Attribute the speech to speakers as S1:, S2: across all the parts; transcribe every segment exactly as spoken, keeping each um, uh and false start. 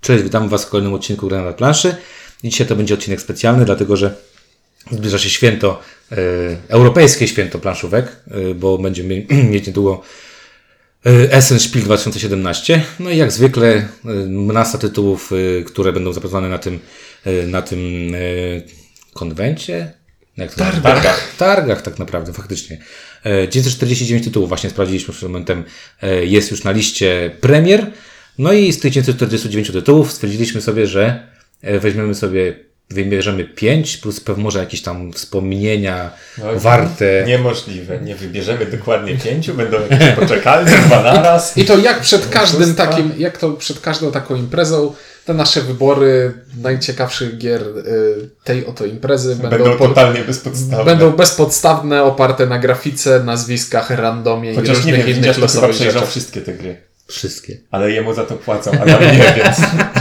S1: Cześć, witam Was w kolejnym odcinku Grania na planszy. I dzisiaj to będzie odcinek specjalny, dlatego że zbliża się święto, e, europejskie święto planszówek, e, bo będziemy mieć niedługo e, Essen Spiel dwa tysiące siedemnaście. No i jak zwykle e, masa tytułów, e, które będą zaprezentowane na tym, e, na tym e, konwencie. Jak to
S2: targach. targach.
S1: Targach tak naprawdę, faktycznie. E, dziewięćset czterdzieści dziewięć tytułów właśnie sprawdziliśmy przed momentem, e, jest już na liście premier. No i z tych dziewięćset czterdzieści dziewięć tytułów stwierdziliśmy sobie, że weźmiemy sobie, wybierzemy pięć plus pewnie może jakieś tam wspomnienia no, warte.
S2: Niemożliwe. Nie wybierzemy dokładnie pięciu, będą jakieś poczekalne, dwa naraz.
S3: I to jak przed każdym takim, jak to przed każdą taką imprezą, te nasze wybory najciekawszych gier y, tej oto imprezy
S2: będą,
S3: będą
S2: totalnie bezpodstawne.
S3: Będą bezpodstawne, oparte na grafice, nazwiskach, randomie
S2: Chociaż
S3: i różnych
S2: nie wiem,
S3: innych losowych
S2: przejrzał
S3: rzeczach.
S2: wszystkie te gry.
S1: Wszystkie.
S2: Ale jemu za to płacą, a ja nie, więc...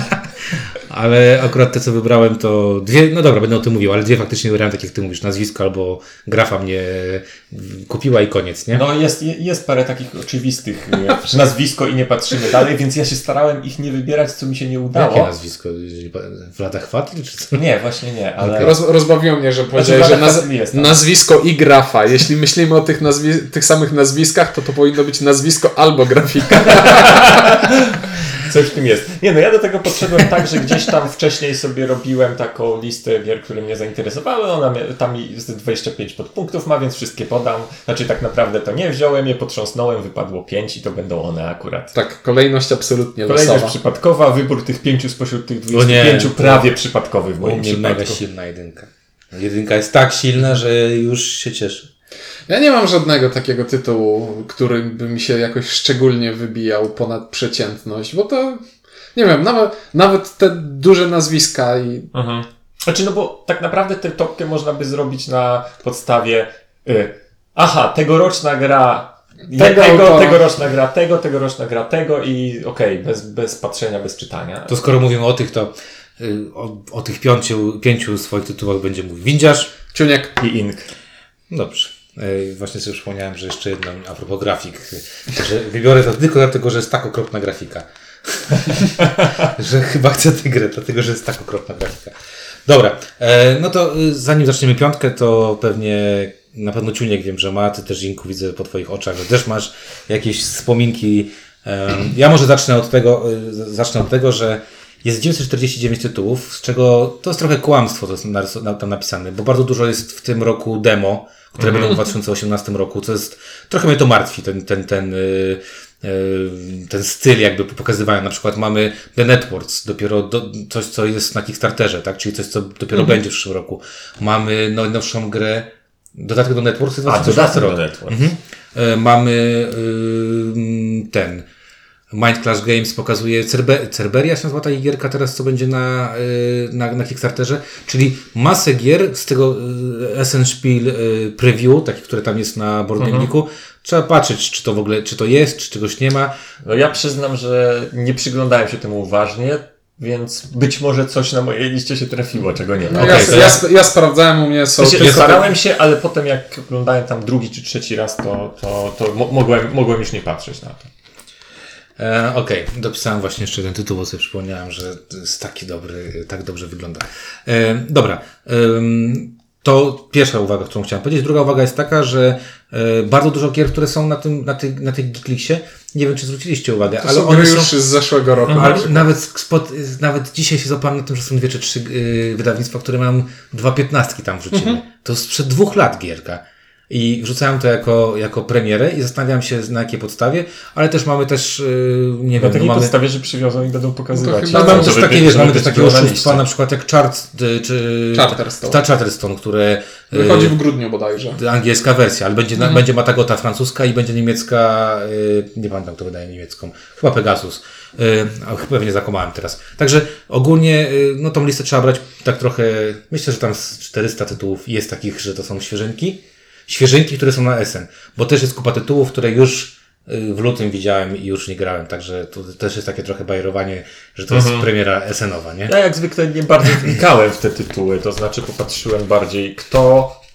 S1: Ale akurat te, co wybrałem, to dwie, no dobra, będę o tym mówił, ale dwie faktycznie wybrałem, tak jak ty mówisz, nazwisko albo grafa mnie kupiła i koniec, nie?
S2: No jest, jest parę takich oczywistych, nazwisko i nie patrzymy dalej, więc ja się starałem ich nie wybierać, co mi się nie udało.
S1: Jakie nazwisko? Vlada Chvatli, czy co?
S2: Nie, właśnie nie, ale...
S3: Okay. Roz, rozbawiło mnie, że powiedziałeś, że naz, nazwisko i grafa. Jeśli myślimy o tych, nazwi- tych samych nazwiskach, to to powinno być nazwisko albo grafika.
S2: Coś w tym jest. Nie no, ja do tego podszedłem tak, że gdzieś tam wcześniej sobie robiłem taką listę gier, które mnie zainteresowały. Ona tam jest dwadzieścia pięć podpunktów ma, więc wszystkie podam. Znaczy tak naprawdę to nie wziąłem je, potrząsnąłem, wypadło pięć i to będą one akurat.
S3: Tak, kolejność absolutnie
S2: Kolejność
S3: losowa.
S2: przypadkowa, wybór tych pięciu spośród tych dwudziestu pięciu prawie przypadkowy w moim przypadku.
S1: Mega silna jedynka. Jedynka jest tak silna, że już się cieszę.
S3: Ja nie mam żadnego takiego tytułu, który by mi się jakoś szczególnie wybijał ponad przeciętność, bo to, nie wiem, nawet, nawet te duże nazwiska i...
S2: Mhm. Znaczy, no bo tak naprawdę tę topkę można by zrobić na podstawie y, aha, tegoroczna gra tego, tego to... tegoroczna gra tego, tegoroczna gra tego i okej, okay, bez, bez patrzenia, bez czytania.
S1: To skoro mówimy o tych, to y, o, o tych pięciu, pięciu swoich tytułach będzie mówił Windziarz,
S3: Ciuniek
S2: i Ink.
S1: Dobrze. Właśnie sobie przypomniałem, że jeszcze jedno a propos grafik, że wybiorę to tylko dlatego, że jest tak okropna grafika. Że chyba chcę tę grę, dlatego, że jest tak okropna grafika. Dobra, no to zanim zaczniemy piątkę, to pewnie na pewno Ciuniek wiem, że ma, ty też Inku widzę po twoich oczach, że też masz jakieś wspominki. Ja może zacznę od tego, zacznę od tego, że jest dziewięćset czterdzieści dziewięć tytułów, z czego to jest trochę kłamstwo, to jest tam napisane, bo bardzo dużo jest w tym roku demo, które będą w dwa tysiące osiemnastym roku, co jest, trochę mnie to martwi, ten, ten, ten, yy, yy, ten styl jakby pokazywania. Na przykład mamy The Networks, dopiero do, coś, co jest na Kickstarterze, tak? Czyli coś, co dopiero mhm. będzie w przyszłym roku. Mamy no, najnowszą grę, dodatek do Networks, jest
S2: A, dodatek do Networks. Mhm.
S1: Yy, mamy yy, ten... Mind Clash Games pokazuje Cerber- Cerberia się nazywa ta gierka teraz, co będzie na, na, na Kickstarterze, czyli masę gier z tego Essen Spiel preview, takich, które tam jest na BoardGameGeeku. Mhm. Trzeba patrzeć, czy to w ogóle, czy to jest, czy czegoś nie ma.
S2: No ja przyznam, że nie przyglądałem się temu uważnie, więc być może coś na mojej liście się trafiło, czego nie ma.
S3: No okay, ja, ja, sp- ja sprawdzałem, u mnie są...
S2: Ja tylko... starałem się, ale potem jak oglądałem tam drugi czy trzeci raz, to, to, to mo- mogłem, mogłem już nie patrzeć na to.
S1: E, Okej, okay. Dopisałem właśnie jeszcze ten tytuł, bo sobie przypomniałem, że jest taki dobry, tak dobrze wygląda. E, dobra, e, to pierwsza uwaga, którą chciałem powiedzieć. Druga uwaga jest taka, że e, bardzo dużo gier, które są na tym, na tej, na tej Geekliksie, nie wiem, czy zwróciliście uwagę,
S3: to
S1: ale
S3: są
S1: one
S3: gry
S1: są...
S3: już z zeszłego roku.
S1: No, ale nawet, spod, nawet dzisiaj się złapałem na tym, że są dwie czy trzy yy, wydawnictwa, które mają dwa piętnastki tam wrzucimy. Mhm. To jest sprzed dwóch lat gierka. I wrzucałem to jako, jako premierę i zastanawiam się na jakiej podstawie, ale też mamy też, yy, nie
S2: na
S1: wiem...
S2: Na takiej
S1: no mamy...
S2: podstawie, że przywiozą i będą pokazywać.
S1: No, mamy też takie, wiesz, mamy też takie oszustwa, na przykład jak Chart, czy...
S3: Charterstone.
S1: Ta Charterstone, które...
S3: Wychodzi w grudniu bodajże.
S1: Angielska wersja, ale będzie, mhm. będzie Matagota francuska i będzie niemiecka, yy, nie pamiętam kto wydaje niemiecką, chyba Pegasus. Yy, a pewnie zakłamałem teraz. Także ogólnie, yy, no tą listę trzeba brać tak trochę, myślę, że tam z czterysta tytułów jest takich, że to są świeżynki. Świeżynki, które są na Essen, bo też jest kupa tytułów, które już w lutym widziałem i już nie grałem, także to też jest takie trochę bajerowanie, że to jest mhm. premiera Essenowa, nie?
S2: Ja jak zwykle nie bardzo wnikałem w te tytuły, to znaczy popatrzyłem bardziej kto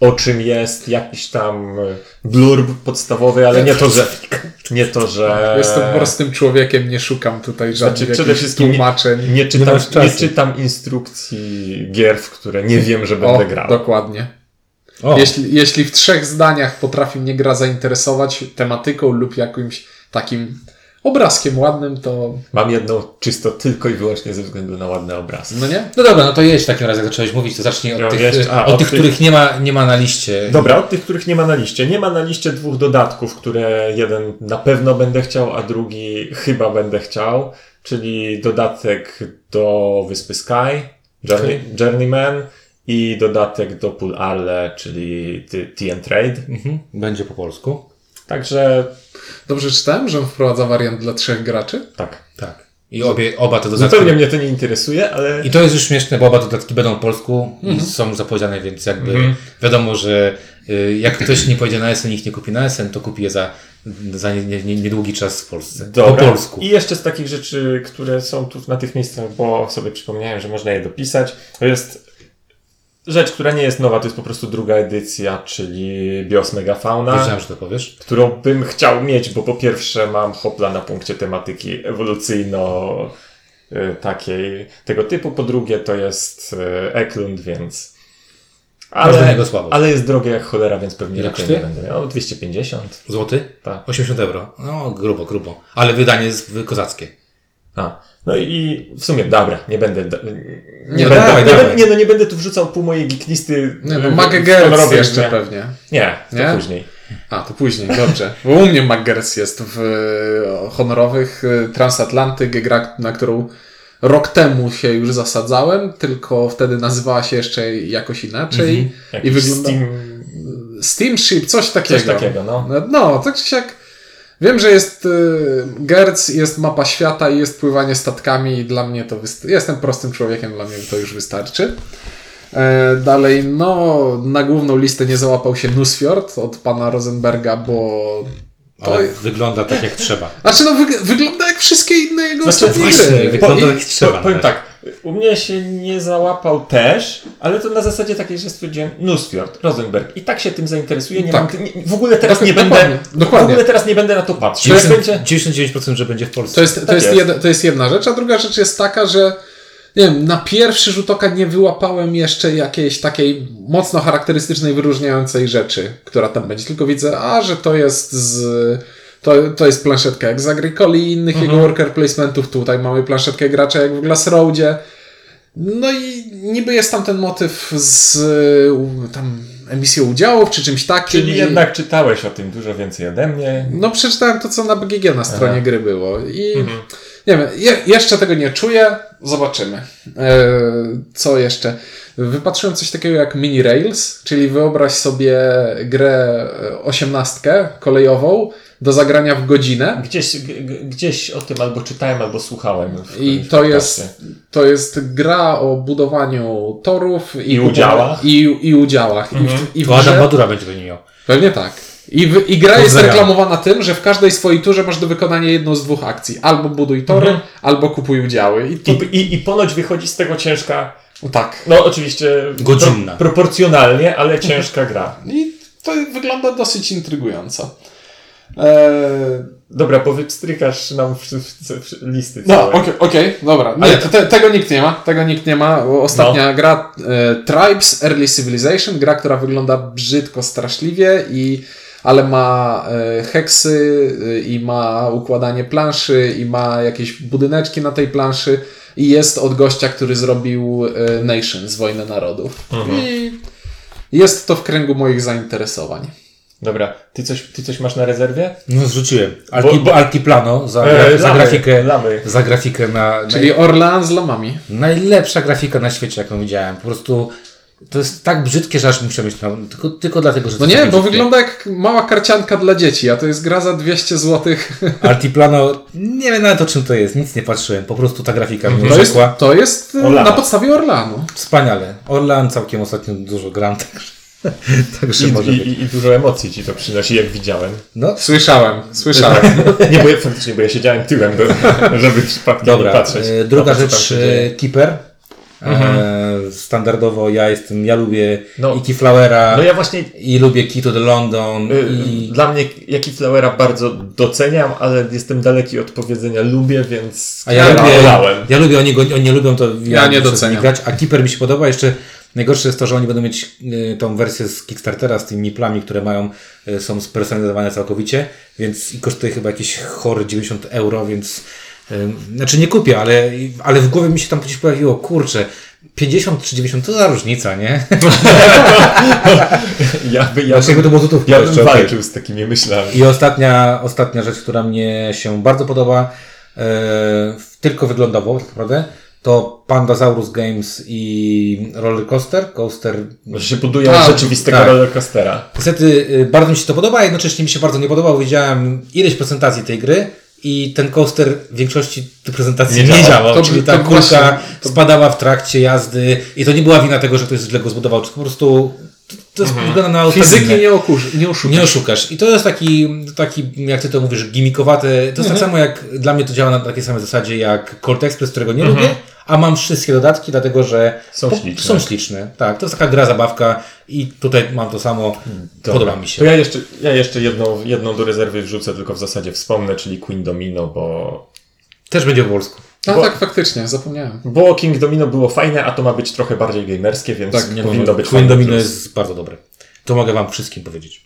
S2: o czym jest, jakiś tam blurb podstawowy, ale nie to, że nie to, że...
S3: Jestem prostym człowiekiem, nie szukam tutaj żadnych
S2: Znaczy, przede wszystkim
S3: tłumaczeń.
S2: Nie, nie, czytam,
S1: Nie masz czasu.
S2: nie czytam instrukcji gier, w które nie wiem, że
S3: O,
S2: będę grał.
S3: dokładnie.
S1: O,
S3: Jeśli, jeśli w trzech zdaniach potrafi mnie gra zainteresować tematyką lub jakimś takim obrazkiem ładnym, to
S2: Mam jedną czysto tylko i wyłącznie ze względu na ładne obrazy.
S3: no nie?
S1: no dobra, no to jedź w takim razie, jak zacząłeś mówić, to zacznij od
S2: No,
S1: tych,
S2: jeść. A,
S1: od
S2: od
S1: tych
S2: tych-
S1: których nie ma, nie ma na liście.
S2: Dobra, od tych, których nie ma na liście. Nie ma na liście dwóch dodatków, które jeden na pewno będę chciał, a drugi chyba będę chciał, czyli dodatek do Wyspy Sky, Journey, Journeyman i dodatek do Pool Arle, czyli Tea and Trade.
S1: Mhm. Będzie po polsku.
S2: Także
S3: Dobrze czytałem, że on wprowadza wariant dla trzech graczy?
S2: tak.
S1: Tak. I obie, oba te dodatki.
S2: Zupełnie mnie to nie interesuje, ale
S1: I to jest już śmieszne, bo oba dodatki będą po polsku i są zapowiedziane, więc jakby
S2: Mhm.
S1: wiadomo, że y, jak ktoś nie pojedzie na S N i ich nie kupi na S N, to kupi je za, za nie, nie, nie, niedługi czas w Polsce.
S2: Dobra.
S1: Po polsku.
S2: I jeszcze z takich rzeczy, które są tu na tych miejscach, bo sobie przypomniałem, że można je dopisać, to jest rzecz, która nie jest nowa, to jest po prostu druga edycja, czyli Bios Megafauna,
S1: Wiedziałem, że to powiesz.
S2: którą bym chciał mieć, bo po pierwsze mam hopla na punkcie tematyki ewolucyjno y, takiej, tego typu, po drugie to jest y, Eklund, więc
S1: Masz do
S2: ale,
S1: niego słabość.
S2: ale jest drogie jak cholera, więc pewnie
S1: Ile
S2: raczej
S1: kosztuje?
S2: nie będę miał. dwieście pięćdziesiąt.
S1: Złoty?
S2: Tak.
S1: osiemdziesiąt euro. No, grubo, grubo. Ale wydanie jest kozackie.
S2: A, no i w sumie, dobra, nie będę. da- Nie,
S3: Nie,
S2: będę
S1: dawaj,
S2: nie,
S1: dawaj.
S2: będę- nie, no nie będę tu wrzucał pół mojej geeklisty.
S3: Nie, no
S2: w-
S3: Maggerts
S2: honorowej,
S3: jeszcze
S2: nie?
S3: pewnie.
S2: Nie, to
S3: Nie?
S2: później.
S3: A, to później, dobrze. Bo u mnie Maggerts jest w e, honorowych e, Transatlantyk, gra, na którą rok temu się już zasadzałem, tylko wtedy nazywała się jeszcze jakoś inaczej. I
S2: Jakiś
S3: wygląda...
S2: Steam,
S3: Steamship, coś takiego.
S2: coś takiego, no.
S3: No, no tak czy siak. Wiem, że jest y, Gerc, jest mapa świata i jest pływanie statkami i dla mnie to wyst- jestem prostym człowiekiem, dla mnie to już wystarczy. E, dalej, no, na główną listę nie załapał się Nusfjord od pana Rosenberga, bo to...
S1: Ale wygląda tak jak trzeba.
S3: Znaczy, no, wyg- wygląda jak wszystkie inne jego
S2: Znaczy,
S3: ostatnie
S1: właśnie,
S3: gry.
S1: wy-
S2: Po,
S1: Wygląda
S2: i,
S1: jak trzeba,
S2: po, powiem
S1: nawet.
S2: tak, u mnie się nie załapał też, ale to na zasadzie takiej, że stwierdziłem Nusfjord, Rosenberg i tak się tym zainteresuję, nie
S3: Tak.
S2: mam, nie, w ogóle teraz
S3: Dok-
S2: nie
S3: dokładnie,
S2: będę,
S3: dokładnie.
S2: w ogóle teraz nie będę na to patrzył. Jak
S1: dziewięćdziesiąt
S2: będzie,
S1: dziewięćdziesiąt dziewięć procent, że będzie w Polsce.
S3: To jest, to,
S2: Tak
S3: jest
S2: jest.
S3: Jedna, to jest jedna rzecz, a druga rzecz jest taka, że nie wiem, na pierwszy rzut oka nie wyłapałem jeszcze jakiejś takiej mocno charakterystycznej, wyróżniającej rzeczy, która tam będzie. Tylko widzę, a że to jest z... To, to jest planszetka jak z Agricoli i innych
S2: Mhm.
S3: jego worker placementów. Tutaj mamy planszetkę gracza jak w Glassroadzie. No i niby jest tam ten motyw z u, tam emisją udziałów czy czymś takim.
S2: czyli
S3: i-
S2: jednak czytałeś o tym dużo więcej ode mnie.
S3: No przeczytałem to, co na B G G na stronie
S2: Aha.
S3: gry było i
S2: Mhm.
S3: nie wiem, je, jeszcze tego nie czuję, zobaczymy. E, co jeszcze? Wypatrzyłem coś takiego jak Mini Rails, czyli wyobraź sobie grę osiemnastkę kolejową do zagrania w godzinę.
S2: Gdzieś, g, g, gdzieś o tym albo czytałem, albo słuchałem. w
S3: I
S2: którymś
S3: to
S2: podcaście.
S3: jest, to jest gra o budowaniu torów i,
S2: I udziałach.
S3: I, i udziałach.
S2: Mhm.
S3: I w, i w
S1: To Adam
S3: grze,
S1: Badura będzie do niej miał.
S3: pewnie tak. I, w, I gra jest
S1: Pozdrawiam.
S3: reklamowana tym, że w każdej swojej turze masz do wykonania jedną z dwóch akcji. Albo buduj tory,
S2: Mhm.
S3: albo kupuj udziały. I to,
S2: I, i, I ponoć wychodzi z tego ciężka,
S3: tak.
S2: no oczywiście
S1: Godzinna.
S2: Pro, proporcjonalnie, ale ciężka gra.
S3: I to wygląda dosyć intrygująco. Eee,
S2: Dobra, bo wypstrykasz nam w, w, w, listy
S3: no,
S2: całe.
S3: okej, okej, dobra. Nie,
S2: Ale-
S3: to, te, tego nikt nie ma. Tego nikt nie ma. Ostatnia gra e, Tribes Early Civilization. Gra, która wygląda brzydko, straszliwie i ale ma e, heksy e, i ma układanie planszy i ma jakieś budyneczki na tej planszy i jest od gościa, który zrobił e, Nations, Wojnę Narodów.
S2: Mhm.
S3: I jest to w kręgu moich zainteresowań.
S2: Dobra, ty coś, ty coś masz na rezerwie?
S1: No zrzuciłem. Alti,
S2: Bo- bo-
S1: Altiplano za,
S2: E,
S1: za
S2: lamy,
S1: grafikę.
S2: lamy.
S1: Za grafikę na.
S3: Czyli Orlean z lamami.
S1: Najlepsza grafika na świecie, jaką widziałem. Po prostu to jest tak brzydkie, że aż musiał mieć na, tylko, tylko dlatego, że
S3: No
S1: to
S3: nie,
S1: takie
S3: bo
S1: brzydkie.
S3: wygląda jak mała karcianka dla dzieci, a to jest gra za dwieście złotych.
S1: Altiplano, nie wiem na to czym to jest, nic nie patrzyłem, po prostu ta grafika mnie
S3: To jest,
S1: rzekła.
S3: to jest e,
S2: Orlanu.
S3: na podstawie Orlanu.
S1: Wspaniale. Orlan całkiem ostatnio dużo gram, także, także
S2: I,
S1: może
S2: i,
S1: być.
S2: i, I dużo emocji ci to przynosi, jak widziałem.
S1: No,
S3: Słyszałem, słyszałem.
S2: Nie, bo ja faktycznie, bo ja siedziałem tyłem, do, żeby przypadkiem nie
S1: dobra.
S2: patrzeć.
S1: E, druga
S2: na to, co tam
S1: rzecz,
S2: się dzieje.
S1: e, Keeper. Mhm. E, standardowo ja jestem, ja lubię
S2: No.
S1: i Keyflowera,
S2: No ja właśnie
S1: i lubię Key to the London.
S2: y,
S1: i...
S2: Dla mnie Keyflowera bardzo doceniam, ale jestem daleki od powiedzenia lubię, więc
S1: A ja
S2: ja
S1: lubię,
S2: wolałem.
S1: ja lubię, oni, go, oni nie lubią, to
S3: Ja nie
S1: muszę z
S3: doceniam.
S1: nimi grać, a Keeper mi się podoba. Jeszcze najgorsze jest to, że oni będą mieć y, tą wersję z Kickstartera z tymi miplami, które mają, y, są spersonalizowane całkowicie, więc i kosztuje chyba jakieś chore dziewięćdziesiąt euro, więc y, znaczy nie kupię, ale, ale w głowie mi się tam gdzieś pojawiło, kurczę, pięćdziesiąt czy dziewięćdziesiąt to za różnica, nie?
S2: Ja, by, ja,
S1: Znaczy, jakby to było złotówka
S2: ja bym
S1: jeszcze, okej.
S2: walczył z takimi myślami.
S1: I ostatnia, ostatnia rzecz, która mnie się bardzo podoba, e, tylko wyglądowo tak naprawdę, to Pandasaurus Games i Roller Coaster. Coaster.
S2: Że się buduje
S3: A,
S2: rzeczywistego
S1: tak.
S2: rollercoastera.
S1: Niestety y, bardzo mi się to podoba, a jednocześnie mi się bardzo nie podoba, bo widziałem ileś prezentacji tej gry i ten coaster w większości tych prezentacji
S2: Nie
S1: nie,
S2: działa.
S1: działał.
S3: To-
S1: czyli
S3: to
S1: ta kulka
S3: właśnie- to-
S1: spadała w trakcie jazdy i to nie była wina tego, że ktoś źle go zbudował, czy po prostu to, to jest wygląda na
S3: Fizyki
S1: ustawienie.
S3: nie, okusz, nie oszukasz.
S1: Nie oszukasz. I to jest taki, taki jak ty to mówisz, gimmikowaty. To jest
S3: Mhm.
S1: tak samo jak, dla mnie to działa na takiej samej zasadzie jak Colt Express, którego nie lubię, a mam wszystkie dodatki, dlatego że
S2: Są
S1: po,
S2: śliczne.
S1: są śliczne. Tak, to jest taka gra, zabawka i tutaj mam to samo.
S2: Dobra.
S1: Podoba mi się.
S2: To ja jeszcze, ja jeszcze jedną, jedną do rezerwy wrzucę, tylko w zasadzie wspomnę, czyli Queen Domino, bo,
S1: Też będzie po polsku.
S3: No
S2: Bo-
S3: tak, faktycznie, zapomniałem.
S2: bo King Domino było fajne, a to ma być trochę bardziej gamerskie, więc
S3: Tak,
S1: Nie,
S2: powinno
S1: no,
S2: być
S1: Queen
S2: fajne
S1: Domino
S2: plus.
S1: jest bardzo dobre. To mogę wam wszystkim powiedzieć.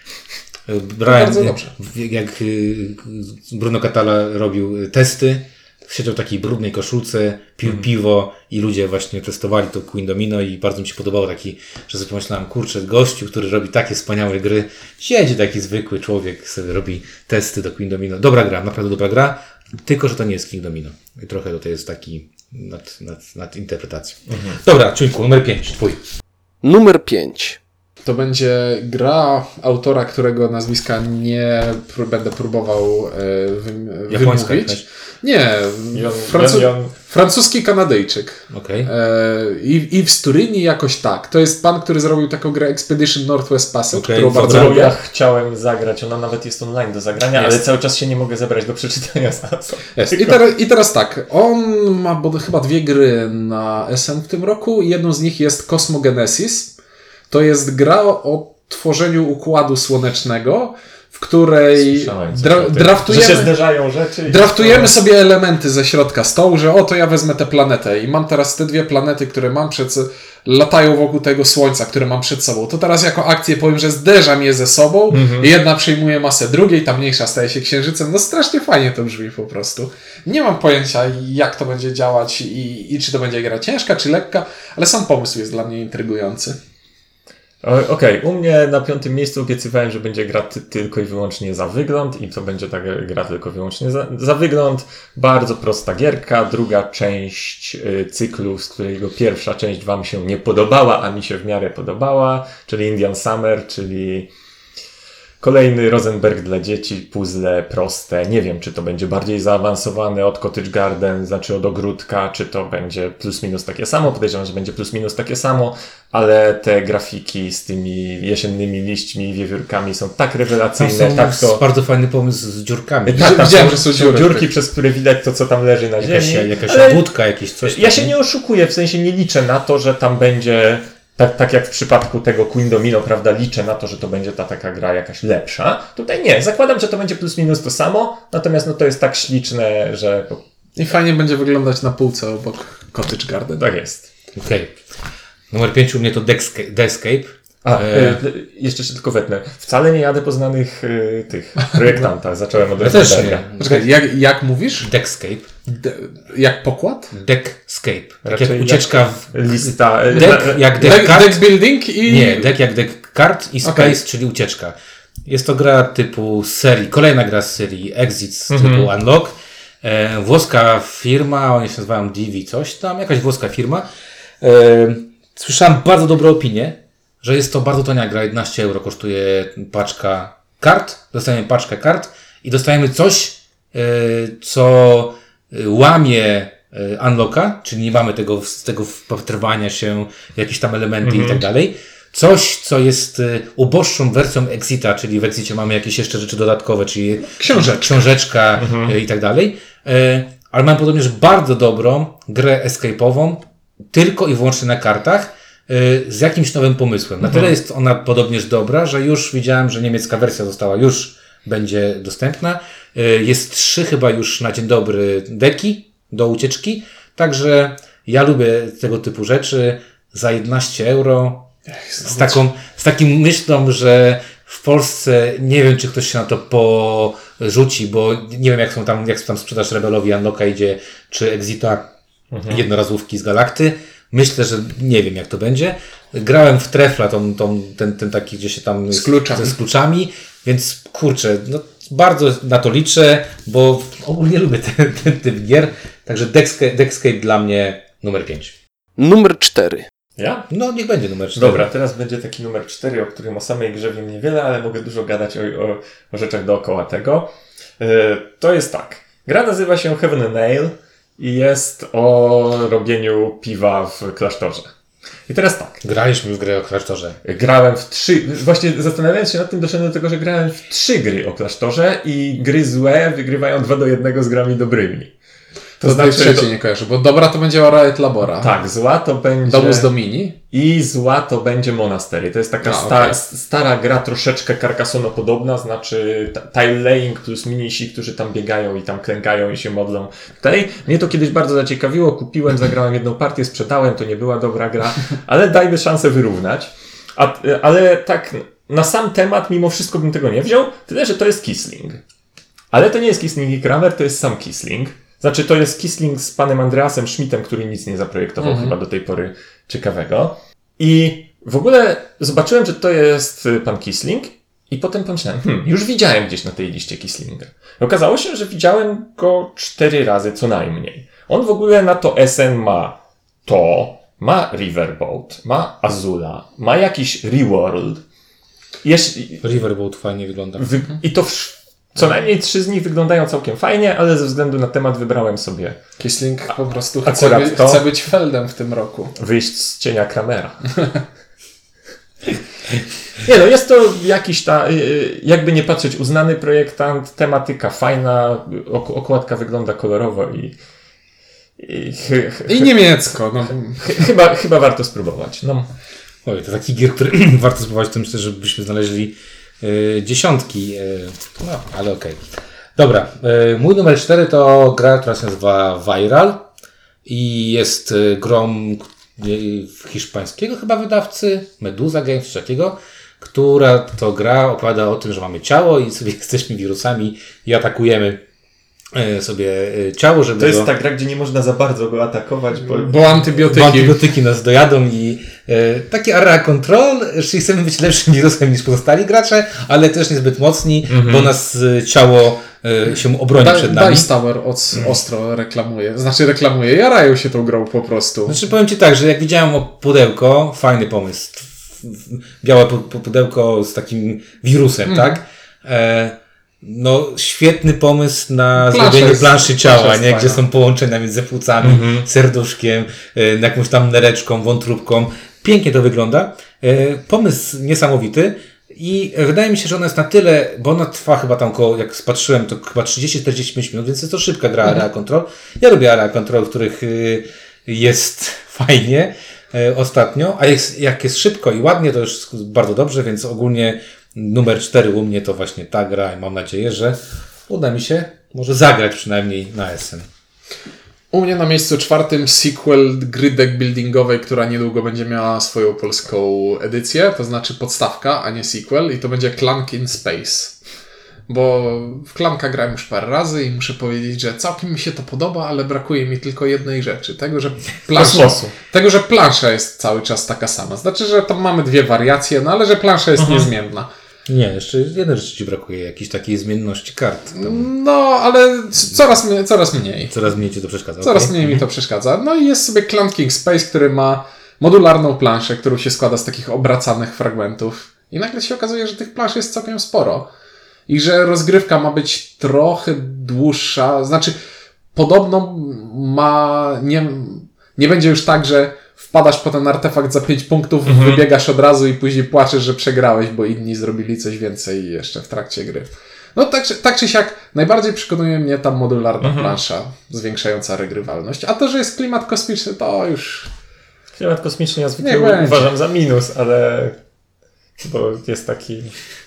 S1: Brałem,
S3: bardzo dobrze.
S1: jak y, Bruno Catala robił y, testy, siedział w takiej brudnej koszulce, pił
S2: Mhm.
S1: piwo i ludzie właśnie testowali to Queen Domino i bardzo mi się podobało taki, że sobie pomyślałem, kurczę, gościu, który robi takie wspaniałe gry, siedzi taki zwykły człowiek, sobie robi testy do Queen Domino. Dobra gra, naprawdę dobra gra, tylko że to nie jest King Domino. I trochę to jest taki nad, nad, nad interpretacją.
S2: Mhm.
S1: Dobra, Czujku, numer pięć, twój.
S4: Numer pięć.
S3: To będzie gra autora, którego nazwiska nie pró- będę próbował e, wy,
S1: Japońska
S3: wymówić.
S1: jakaś?
S3: Nie,
S2: Jon-
S3: Francu-
S2: Jon- Jon-
S3: francuski Kanadyjczyk.
S1: Okej.
S3: E, I, I w Turyni jakoś tak. To jest pan, który zrobił taką grę Expedition Northwest Passage,
S1: Okej,
S3: którą bardzo
S1: dobra.
S2: którą
S3: lubię.
S2: ja chciałem zagrać, ona nawet jest online do zagrania,
S3: Jest.
S2: ale cały czas się nie mogę zebrać do przeczytania za co.
S3: Jest. I, teraz, I teraz tak, on ma bod- chyba dwie gry na S N w tym roku i jedną z nich jest Cosmogenesis. To jest gra o tworzeniu układu słonecznego, w której
S2: Słyszałem coś
S3: dra-
S2: o tym,
S3: draftujemy...
S2: że się zderzają rzeczy. i-
S3: Draftujemy sobie elementy ze środka stołu, że oto ja wezmę tę planetę i mam teraz te dwie planety, które mam przed latają wokół tego słońca, które mam przed sobą. To teraz jako akcję powiem, że zderzam je ze sobą i jedna przyjmuje masę drugiej, ta mniejsza staje się księżycem. No strasznie fajnie to brzmi po prostu. Nie mam pojęcia, jak to będzie działać i, i czy to będzie gra ciężka, czy lekka, ale sam pomysł jest dla mnie intrygujący.
S2: O- Okej, u mnie na piątym miejscu obiecywałem, że będzie gra ty- tylko i wyłącznie za wygląd i to będzie ta gra tylko i wyłącznie za, za wygląd. Bardzo prosta gierka, druga część y, cyklu, z którego pierwsza część wam się nie podobała, a mi się w miarę podobała, czyli Indian Summer, czyli kolejny Rosenberg dla dzieci, puzzle proste. Nie wiem, czy to będzie bardziej zaawansowane od Cottage Garden, znaczy od ogródka, czy to będzie plus minus takie samo. Podejrzewam, że będzie plus minus takie samo, ale te grafiki z tymi jesiennymi liśćmi i wiewiórkami są tak
S1: Tam
S2: rewelacyjne,
S1: są
S2: tak to...
S1: bardzo fajny pomysł z dziurkami.
S2: Tak, tam
S3: Widziałem,
S2: są,
S3: że są
S2: są
S3: dziury,
S2: dziurki,
S3: tak.
S2: przez które widać to, co tam leży na
S1: Jakaś,
S2: ziemi.
S1: jakaś
S2: ale
S1: obudka, jakieś coś.
S2: ja
S1: tam,
S2: się nie oszukuję, w sensie nie liczę na to, że tam będzie, tak, tak jak w przypadku tego Queen Domino, prawda, liczę na to, że to będzie ta taka gra jakaś lepsza. Tutaj nie, zakładam, że to będzie plus minus to samo, natomiast no to jest tak śliczne, że
S3: I fajnie będzie wyglądać na półce obok Cottage Garden.
S2: tak jest.
S1: Okej. Numer pięć u mnie to Deckscape. Deckscape.
S2: A,
S1: E,
S2: e, jeszcze się tylko wetnę. Wcale nie jadę po znanych e, tych projektantach. Zacząłem od
S1: Ja też
S2: Rosenberga.
S1: nie.
S3: Poczekaj, jak, jak mówisz?
S1: Deckscape.
S3: De, jak pokład?
S1: Deckscape. Tak
S2: Raczej
S1: jak
S2: jak
S1: ucieczka w...
S2: Lista. e,
S1: Deck
S2: na-
S1: jak
S3: Deck,
S1: deck kart.
S3: deck building i...
S1: Nie, deck jak deck kart i space,
S3: Okej.
S1: czyli ucieczka. Jest to gra typu serii, kolejna gra z serii Exit
S2: Mhm.
S1: typu Unlock. E, włoska firma, oni się nazywają Divi coś tam, jakaś włoska firma. E, słyszałem bardzo dobre opinie, że jest to bardzo tania gra, jedenaście euro kosztuje paczka kart. Dostajemy paczkę kart i dostajemy coś, e, co łamie e, Unlocka, czyli nie mamy tego, z tego wpatrwania się w jakieś tam elementy i tak dalej. Coś, co jest e, uboższą wersją Exita, czyli w Exicie mamy jakieś jeszcze rzeczy dodatkowe, czyli
S3: Książeczka.
S1: książeczka e, i tak dalej. E, ale mamy podobnież bardzo dobrą grę escape'ową, tylko i wyłącznie na kartach y, z jakimś nowym pomysłem. Na tyle jest ona podobnież dobra, że już widziałem, że niemiecka wersja została, już będzie dostępna. Y, jest trzy chyba już na dzień dobry deki do ucieczki, także ja lubię tego typu rzeczy za jedenaście euro z taką, z takim myślą, że w Polsce nie wiem, czy ktoś się na to porzuci, bo nie wiem, jak są tam, jak są tam sprzedaż Rebelowi, Unlocka idzie, czy Exita, mhm. jednorazówki z Galakty. Myślę, że nie wiem, jak to będzie. Grałem w Trefla, tą, tą, ten, ten taki, gdzie się tam...
S3: Z kluczami.
S1: Z kluczami, więc kurczę, no bardzo na to liczę, bo ogólnie lubię ten, ten typ gier. Także Deckscape, Deckscape dla mnie numer pięć.
S4: Numer cztery.
S2: Ja?
S1: No, niech będzie numer cztery.
S2: Dobra, teraz będzie taki numer cztery, o którym o samej grze wiem niewiele, ale mogę dużo gadać o, o, o rzeczach dookoła tego. Yy, to jest tak. Gra nazywa się Heaven and Ale i jest o robieniu piwa w klasztorze. I teraz tak.
S1: Graliśmy już w grę o klasztorze.
S2: Grałem w trzy... Właśnie zastanawiając się nad tym, doszedłem do tego, że grałem w trzy gry o klasztorze i gry złe wygrywają dwa do jednego z grami dobrymi.
S3: To, to znaczy trzecie nie kojarzę, bo dobra to będzie Riot Labora.
S2: Tak, zła to będzie...
S3: Domus Domini.
S2: I zła to będzie Monastery. To jest taka
S3: A,
S2: sta-
S3: okay.
S2: stara gra, troszeczkę Carcassonne-podobna, znaczy t- tile laying plus minisi, którzy tam biegają i tam klękają i się modlą. Tutaj mnie to kiedyś bardzo zaciekawiło, kupiłem, zagrałem jedną partię, sprzedałem, to nie była dobra gra, ale dajmy szansę wyrównać. A, ale tak na sam temat mimo wszystko bym tego nie wziął, tyle, że to jest Kisling. Ale to nie jest Kisling i Kramer, to jest sam Kisling. Znaczy, to jest Kisling z panem Andreasem Schmidtem, który nic nie zaprojektował
S3: mhm.
S2: chyba do tej pory ciekawego. I w ogóle zobaczyłem, że to jest pan Kisling i potem pomyślałem, hmm, już widziałem gdzieś na tej liście Kislinga. I okazało się, że widziałem go cztery razy co najmniej. On w ogóle na to S N ma to, ma Riverboat, ma Azula, ma jakiś Reworld. Jeśli...
S1: Riverboat fajnie wygląda.
S2: Wy... I to w... Co najmniej trzy z nich wyglądają całkiem fajnie, ale ze względu na temat wybrałem sobie
S3: Kisling po prostu
S2: a,
S3: chce, by,
S2: to
S3: chce być Feldem w tym roku.
S2: Wyjść z cienia Kramera. Nie no, jest to jakiś ta, jakby nie patrzeć, uznany projektant, tematyka fajna, okładka wygląda kolorowo i i, ch, ch,
S3: I niemiecko. No.
S2: ch, chyba, chyba warto spróbować. No.
S1: Oj, to taki gier, który warto spróbować, to myślę, żebyśmy znaleźli Yy, dziesiątki, yy, no ale okej. Okay. Dobra, yy, mój numer cztery to gra, która się nazywa Viral i jest yy, grą yy, hiszpańskiego chyba wydawcy, Medusa Games, coś takiego, która to gra opowiada o tym, że mamy ciało i sobie jesteśmy wirusami i atakujemy yy, sobie yy, ciało, żeby
S2: To jest
S1: go...
S2: ta gra, gdzie nie można za bardzo go atakować, bo...
S3: Bo antybiotyki.
S1: Bo antybiotyki nas dojadą i e, taki area control, czyli chcemy być lepszym wirusem niż pozostali gracze, ale też niezbyt mocni, mm-hmm. bo nas e, ciało e, się obroni
S3: Da,
S1: przed nami.
S3: Dice Tower od, ostro reklamuje. Znaczy reklamuje, jarają się tą grą po prostu.
S1: Znaczy powiem Ci tak, że jak widziałem o pudełko, fajny pomysł. Białe pudełko z takim wirusem, mm. tak? E, No, świetny pomysł na
S3: Plansza
S1: zrobienie
S3: jest,
S1: planszy ciała, nie?
S3: fajna.
S1: Gdzie są połączenia między płucami, mm-hmm. serduszkiem, y, jakąś tam nereczką, wątróbką. Pięknie to wygląda. Y, pomysł niesamowity i wydaje mi się, że ona jest na tyle, bo ona trwa chyba tam około, jak spatrzyłem, to chyba trzydzieści do czterdziestu pięciu minut, więc jest to szybka gra mm-hmm. Area Control. Ja lubię Area Control, w których y, jest fajnie y, ostatnio, a jak, jak jest szybko i ładnie, to już bardzo dobrze, więc ogólnie numer cztery u mnie to właśnie ta gra i mam nadzieję, że uda mi się może zagrać przynajmniej na S N.
S3: U mnie na miejscu czwartym sequel gry deck buildingowej, która niedługo będzie miała swoją polską edycję, to znaczy podstawka, a nie sequel i to będzie Clank in Space. Bo w Clanka grałem już parę razy i muszę powiedzieć, że całkiem mi się to podoba, ale brakuje mi tylko jednej rzeczy. Tego, że plansza, tego, że plansza jest cały czas taka sama. Znaczy, że tam mamy dwie wariacje, no ale że plansza jest Aha. niezmienna.
S1: Nie, jeszcze jedna rzecz Ci brakuje, jakiejś takiej zmienności kart. Tam.
S3: No, ale coraz, coraz mniej.
S1: Coraz mniej Ci to przeszkadza.
S3: Coraz
S1: okay.
S3: mniej mi to przeszkadza. No i jest sobie Clanking Space, który ma modularną planszę, którą się składa z takich obracanych fragmentów. I nagle się okazuje, że tych plansz jest całkiem sporo. I że rozgrywka ma być trochę dłuższa. Znaczy, podobno ma... Nie, nie będzie już tak, że wpadasz po ten artefakt za pięć punktów, mhm. wybiegasz od razu i później płaczesz, że przegrałeś, bo inni zrobili coś więcej jeszcze w trakcie gry. No tak, tak czy siak, najbardziej przekonuje mnie ta modularna mhm. plansza, zwiększająca regrywalność. A to, że jest klimat kosmiczny, to już
S2: Klimat kosmiczny ja zwykle
S3: Nie będzie.
S2: uważam za minus, ale bo jest taki...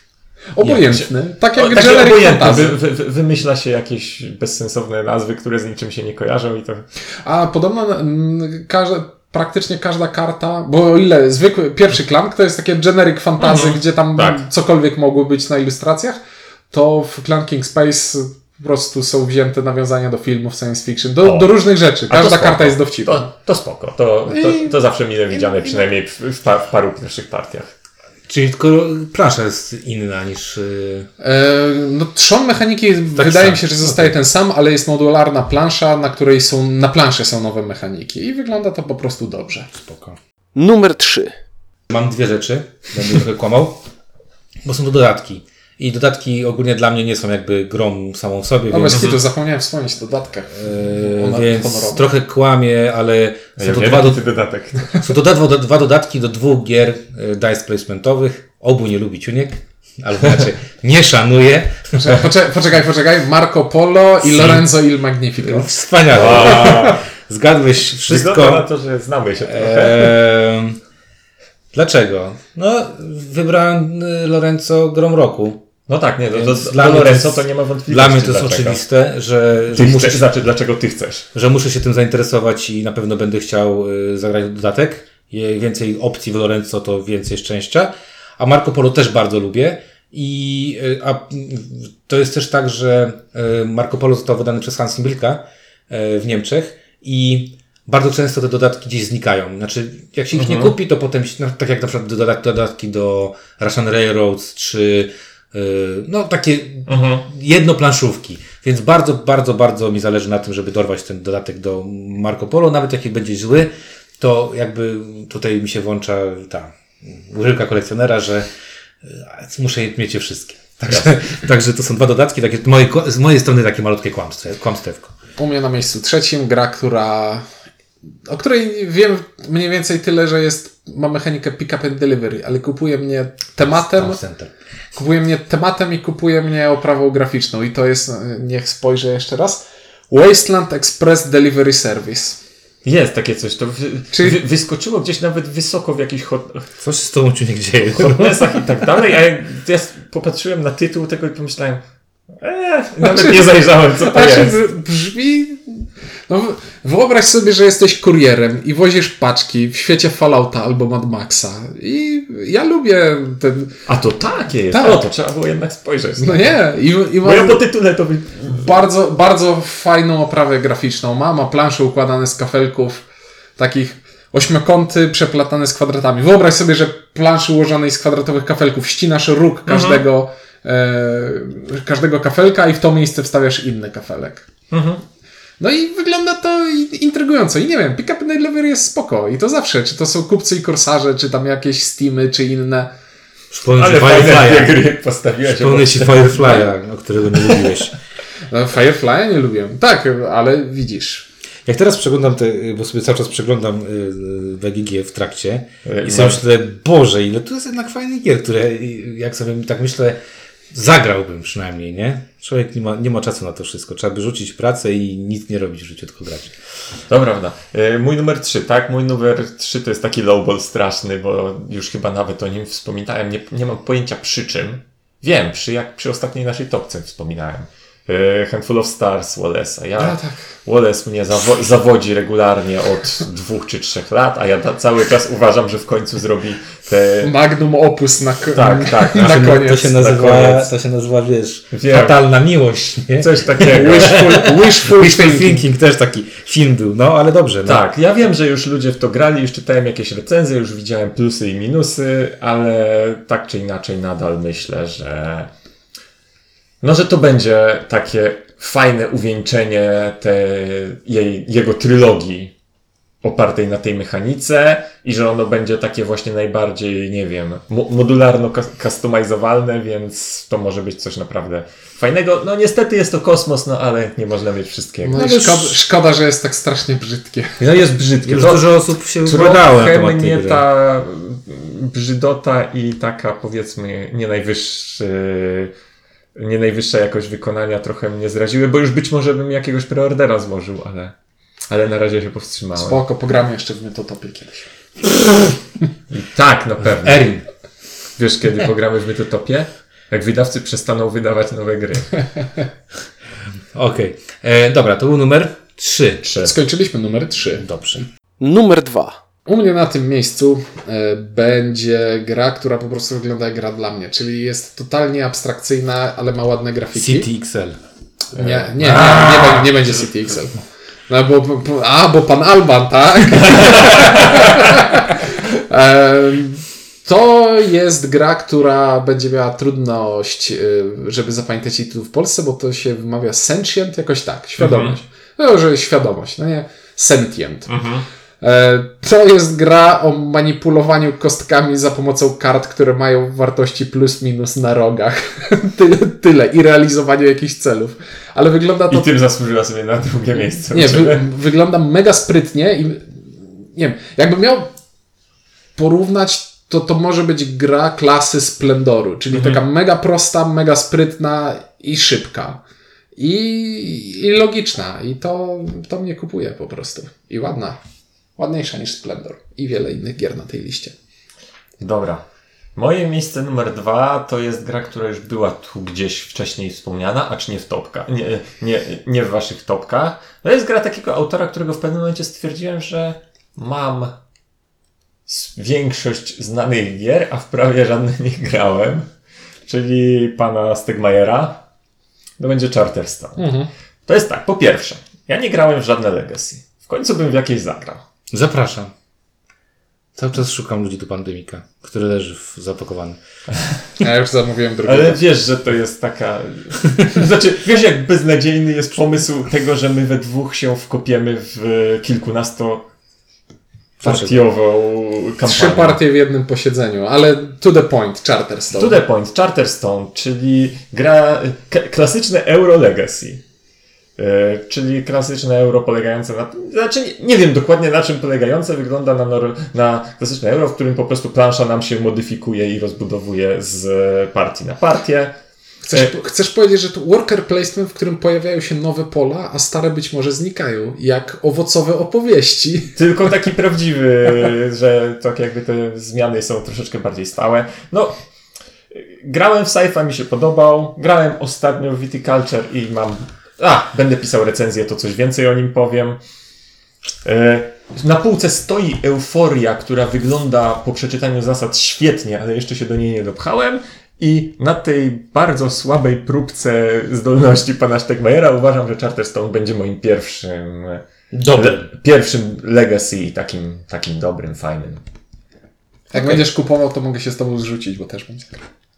S3: Obojętny. Tak jak
S2: O, taki
S3: Generic
S2: obojętny.
S3: Fantasy.
S2: Wy, wy, wymyśla się jakieś bezsensowne nazwy, które z niczym się nie kojarzą i to...
S3: A podobno mm, każda, praktycznie każda karta, bo o ile zwykły, pierwszy Clank to jest takie generic fantasy,
S2: Mhm.
S3: gdzie tam
S2: Tak.
S3: cokolwiek mogło być na ilustracjach, to w Clanking Space po prostu są wzięte nawiązania do filmów science fiction, do,
S2: O.
S3: do różnych rzeczy.
S2: A to
S3: Każda
S2: spoko.
S3: karta jest dowcipem.
S2: To, to spoko. To, to, to zawsze mile widziane, przynajmniej w, w, pa, w paru pierwszych partiach.
S1: Czyli tylko plansza jest inna niż... Yy...
S3: E, no, trzon mechaniki
S1: Tak
S3: wydaje
S1: sam.
S3: mi się, że zostaje ten sam, ale jest modularna plansza, na której są, na planszy są nowe mechaniki i wygląda to po prostu dobrze.
S1: Spoko.
S4: Numer trzy.
S1: Mam dwie rzeczy, będę trochę kłamał, bo są to dodatki. I dodatki ogólnie dla mnie nie są jakby grą samą w sobie,
S3: No bez
S1: więc,
S3: hitu, zapomniałem wspomnieć o dodatkach.
S1: yy,
S3: Honor-
S1: więc
S3: honorowo.
S1: trochę kłamię, ale są
S2: Ja
S1: to,
S2: wiem,
S1: dwa, do,
S2: jaki ty dodatek.
S1: są to dwa, dwa dodatki do dwóch gier yy, dice placementowych. Obu nie lubi Ciuniek, albo inaczej nie szanuje.
S3: Poczekaj, poczekaj, poczekaj. Marco Polo i
S1: Si.
S3: Lorenzo il Magnifico.
S1: Wspaniale.
S2: A,
S1: Zgadłeś
S2: Wygląda
S1: wszystko.
S2: na to, że znamy się trochę.
S1: Ehm, dlaczego? No, wybrałem y, Lorenzo grą roku.
S2: No tak, nie, do, do,
S1: Więc
S2: do
S1: dla mnie to
S2: Lorenzo
S1: jest-
S2: to nie ma wątpliwości.
S1: Dla mnie to jest
S2: dlaczego.
S1: oczywiste, że, że,
S2: Ty
S1: muszę
S2: chcesz,
S1: się,
S2: znaczy, dlaczego ty chcesz?
S1: że muszę się tym zainteresować i na pewno będę chciał y, zagrać w dodatek. Je więcej opcji w Lorenzo, to więcej szczęścia. A Marco Polo też bardzo lubię. I y, a, y, to jest też tak, że y, Marco Polo został wydany przez Hans Immelka y, w Niemczech i bardzo często te dodatki gdzieś znikają. Znaczy, jak się ich nie kupi, to potem, no, tak jak na przykład dodatki, dodatki do Russian Railroads, czy yy, no takie jednoplanszówki. Więc bardzo, bardzo, bardzo mi zależy na tym, żeby dorwać ten dodatek do Marco Polo. Nawet jak będzie zły, to jakby tutaj mi się włącza ta łyżka kolekcjonera, że yy, muszę mieć je wszystkie. Także, także to są dwa dodatki, takie moje, z mojej strony takie malutkie kłamstwo, kłamstewko.
S3: U mnie na miejscu trzecim gra, która o której wiem mniej więcej tyle, że jest, ma mechanikę pick up and delivery, ale kupuje mnie tematem,
S1: Town Center.
S3: kupuje mnie tematem i kupuje mnie oprawą graficzną i to jest, niech spojrzę jeszcze raz, Wasteland Express Delivery Service.
S2: Jest takie coś, to wy,
S3: Czyli-
S2: wy, wyskoczyło gdzieś nawet wysoko w jakichś hot,
S1: Coś z tobą Ciuniek dzieje.
S2: hotnessach i tak dalej, a jak ja popatrzyłem na tytuł tego i pomyślałem, eee, nawet
S3: Znaczy-
S2: nie zajrzałem, co to
S3: Znaczy,
S2: jest.
S3: b- brzmi... No, wyobraź sobie, że jesteś kurierem i wozisz paczki w świecie Fallouta albo Mad Maxa. I ja lubię ten...
S2: A to takie jest.
S3: Tak.
S2: O, to trzeba było jednak spojrzeć.
S3: No nie, i, i
S2: Bo ja
S3: mam
S2: po tytule to by...
S3: bardzo, bardzo fajną oprawę graficzną. Ma, ma plansze układane z kafelków, takich ośmiokąty przeplatane z kwadratami. Wyobraź sobie, że planszy ułożonej z kwadratowych kafelków ścinasz róg każdego, e, każdego kafelka i w to miejsce wstawiasz inny kafelek.
S2: Mhm.
S3: No i wygląda to i- intrygująco. I nie wiem, Pick Up and Delivery jest spoko. I to zawsze. Czy to są kupcy i korsarze, czy tam jakieś Steamy, czy inne.
S1: Przypomnę
S2: Ale
S1: ci
S2: fajne
S1: Firefly'a.
S2: dwie gry postawiłeś.
S1: Przypomnę ci Firefly'a, o którego nie lubiłeś.
S3: No, Firefly'a nie lubię. Tak, ale widzisz.
S1: Jak teraz przeglądam te, bo sobie cały czas przeglądam y, W G G w trakcie
S2: Y,
S1: i sobie
S2: no.
S1: myślę, Boże, ile tu jest jednak fajnych gier, które y, jak sobie tak myślę, zagrałbym przynajmniej, nie? Człowiek nie ma, nie ma czasu na to wszystko. Trzeba by rzucić pracę i nic nie robić w życiu, tylko grać.
S2: To prawda. E, Mój numer trzy, tak? Mój numer trzy to jest taki lowball straszny, bo już chyba nawet o nim wspominałem. Nie, nie mam pojęcia przy czym. Wiem, przy, jak przy ostatniej naszej topce wspominałem. E, Handful of Stars Wallace'a. Ja,
S3: A, tak.
S2: Wallace mnie zawo- zawodzi regularnie od dwóch czy trzech lat, a ja ta, cały czas uważam, że w końcu zrobi te...
S3: Magnum opus na, ko-
S2: Tak, tak.
S3: na
S1: To się-
S3: koniec.
S1: To się
S2: na
S1: nazywa,
S2: koniec.
S1: to się nazywa, wiesz,
S2: Wiem.
S1: fatalna miłość, nie?
S2: Coś takiego.
S3: Wishful, wishful
S1: Wishful
S3: thinking.
S1: Thinking też taki film był, no ale dobrze. No.
S2: Tak, ja wiem, że już ludzie w to grali, już czytałem jakieś recenzje, już widziałem plusy i minusy, ale tak czy inaczej nadal myślę, że no, że to będzie takie fajne uwieńczenie tej, jej, jego trylogii opartej na tej mechanice i że ono będzie takie właśnie najbardziej, nie wiem, mo- modularno-customizowalne, więc to może być coś naprawdę fajnego. No niestety jest to kosmos, no ale nie można mieć wszystkiego.
S3: No
S1: No
S3: i
S1: wiesz-
S3: szkoda, szkoda, że jest tak strasznie brzydkie.
S2: No jest brzydkie.
S1: Już
S2: To-
S1: dużo osób się wypowiadało na
S2: Trochę
S1: temat tej
S2: mnie
S1: gry.
S2: ta brzydota i taka, powiedzmy, nie najwyższy, nie najwyższa jakość wykonania trochę mnie zraziły, bo już być może bym jakiegoś preordera złożył, ale, ale na razie się powstrzymałem.
S3: Spoko, pogramy jeszcze w Mytotopie kiedyś.
S2: Tak, na pewno.
S1: Erin.
S2: Wiesz, kiedy pogramy w Mytotopie? Jak wydawcy przestaną wydawać nowe gry.
S1: Okej. Okay. Dobra, to był numer trzy.
S2: Trzy.
S3: Skończyliśmy numer trzy.
S1: Dobrze.
S4: Numer dwa.
S3: U mnie na tym miejscu e, będzie gra, która po prostu wygląda jak gra dla mnie, czyli jest totalnie abstrakcyjna, ale ma ładne grafiki.
S1: C T X L.
S3: Nie, nie, nie, nie, nie, nie będzie C T X L. No bo, bo, a, bo pan Alban, tak? e, to jest gra, która będzie miała trudność, żeby zapamiętać jej tytuł w Polsce, bo to się wymawia sentient, jakoś tak, świadomość. Mhm. No, że świadomość, no nie, sentient. Mhm. To jest gra o manipulowaniu kostkami za pomocą kart, które mają wartości plus minus na rogach. tyle, tyle. I realizowaniu jakichś celów. Ale wygląda to...
S2: I tym zasłużyła sobie na drugie miejsce.
S3: Nie, wy, wygląda mega sprytnie i nie wiem, jakbym miał porównać, to to może być gra klasy Splendoru, czyli mhm. taka mega prosta, mega sprytna i szybka. I, i logiczna. I to, to mnie kupuje po prostu. I ładna. Ładniejsza niż Splendor i wiele innych gier na tej liście.
S2: Dobra. Moje miejsce numer dwa to jest gra, która już była tu gdzieś wcześniej wspomniana, acz nie w topkach, nie, nie, nie w waszych topkach. To jest gra takiego autora, którego w pewnym momencie stwierdziłem, że mam większość znanych gier, a w prawie żadne nie grałem. Czyli pana Stegmajera. To będzie Charterstone. Mhm. To jest tak, po pierwsze, ja nie grałem w żadne Legacy. W końcu bym w jakieś zagrał.
S1: Zapraszam. Cały czas szukam ludzi do Pandemika, który leży w, zapakowany.
S3: Ja już zamówiłem drugiego.
S2: Ale wiesz, że to jest taka... Znaczy, wiesz jak beznadziejny jest pomysł tego, że my we dwóch się wkopiemy w kilkunasto partiową kampanię.
S3: Trzy partie w jednym posiedzeniu, ale to the point, Charterstone.
S2: To the point, Charterstone, czyli gra k- klasyczne Euro Legacy. Yy, czyli klasyczne euro polegające na... Znaczy nie, nie wiem dokładnie na czym polegające, wygląda na, nor- na klasyczne euro, w którym po prostu plansza nam się modyfikuje i rozbudowuje z partii na partię.
S3: Chcesz, yy. chcesz powiedzieć, że to worker placement, w którym pojawiają się nowe pola, a stare być może znikają, jak owocowe opowieści.
S2: Tylko taki prawdziwy, że tak jakby te zmiany są troszeczkę bardziej stałe. No, grałem w sci-fi, mi się podobał. Grałem ostatnio w Viticulture i mam... A, będę pisał recenzję, to coś więcej o nim powiem. Na półce stoi Euforia, która wygląda po przeczytaniu zasad świetnie, ale jeszcze się do niej nie dopchałem. I na tej bardzo słabej próbce zdolności pana Stegmajera uważam, że Charterstone będzie moim pierwszym le- pierwszym legacy i takim, takim dobrym, fajnym.
S3: Jak okay. będziesz kupował, to mogę się z tobą zrzucić, bo też będzie.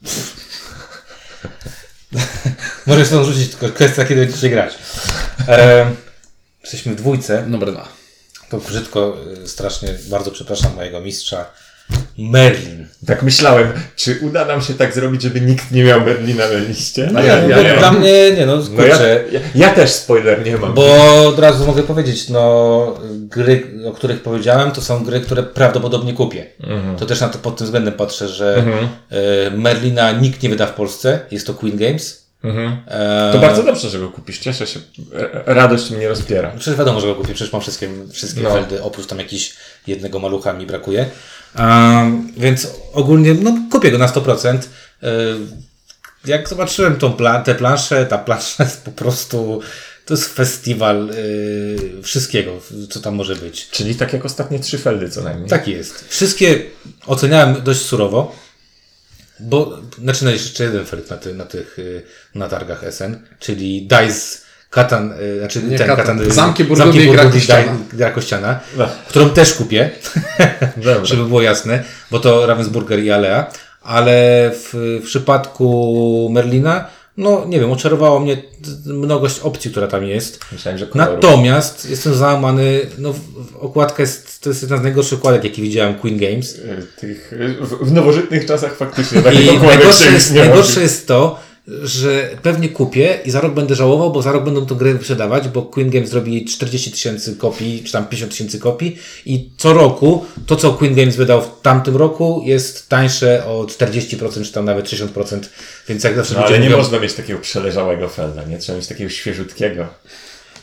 S1: Możesz to rzucić, tylko kwestia, kiedy będziecie grać. E, jesteśmy w dwójce.
S3: Numer dwa.
S1: To brzydko, strasznie, bardzo przepraszam mojego mistrza. Merlin.
S2: Tak myślałem, czy uda nam się tak zrobić, żeby nikt nie miał Merlina na liście?
S1: No ja, ja, ja, dla mnie nie, no,
S2: no ja, ja, ja też spoiler nie mam.
S1: Bo od razu mogę powiedzieć, no gry, o których powiedziałem, to są gry, które prawdopodobnie kupię. Mhm. To też na to pod tym względem patrzę, że mhm. e, Merlina nikt nie wyda w Polsce, jest to Queen Games. Mhm. E...
S2: To bardzo dobrze, że go kupisz, cieszę się. Radość mnie rozpiera.
S1: Przecież wiadomo, że go kupię, przecież mam wszystkie, wszystkie no. feldy, oprócz tam jakiś jednego malucha mi brakuje. Um, więc ogólnie no, kupię go na sto procent. Yy, jak zobaczyłem tą pla- tę planszę, ta plansza jest po prostu, to jest festiwal yy, wszystkiego, co tam może być.
S2: Czyli tak jak ostatnie trzy feldy co najmniej.
S1: Tak jest. Wszystkie oceniałem dość surowo, bo znaczy no jeszcze jeden feld na, ty, na tych yy, na targach S N, czyli Dice Katan, yy, znaczy
S3: Nie
S1: ten
S3: Katan,
S1: Katan,
S3: Zamki Burgundii i Gra Kościana.
S1: Gra Kościana, no. którą też kupię, żeby było jasne, bo to Ravensburger i Alea, ale w, w przypadku Merlina, no nie wiem, oczarowało mnie mnogość opcji, która tam jest.
S2: Myślałem, że
S1: Natomiast jestem załamany, no okładka jest, to jest jedna z najgorszych okładek, jakie widziałem Queen Games.
S2: Tych, w, w nowożytnych czasach faktycznie.
S1: I najgorsze jest, najgorsze jest to, że pewnie kupię i za rok będę żałował, bo za rok będą tę grę wyprzedawać, bo Queen Games zrobi czterdzieści tysięcy kopii, czy tam pięćdziesiąt tysięcy kopii i co roku to, co Queen Games wydał w tamtym roku jest tańsze o czterdzieści procent, czy tam nawet sześćdziesiąt procent, więc jak zawsze
S2: no,
S1: ludzie
S2: ale nie
S1: mówią...
S2: można mieć takiego przeleżałego felda, nie? Trzeba mieć takiego świeżutkiego.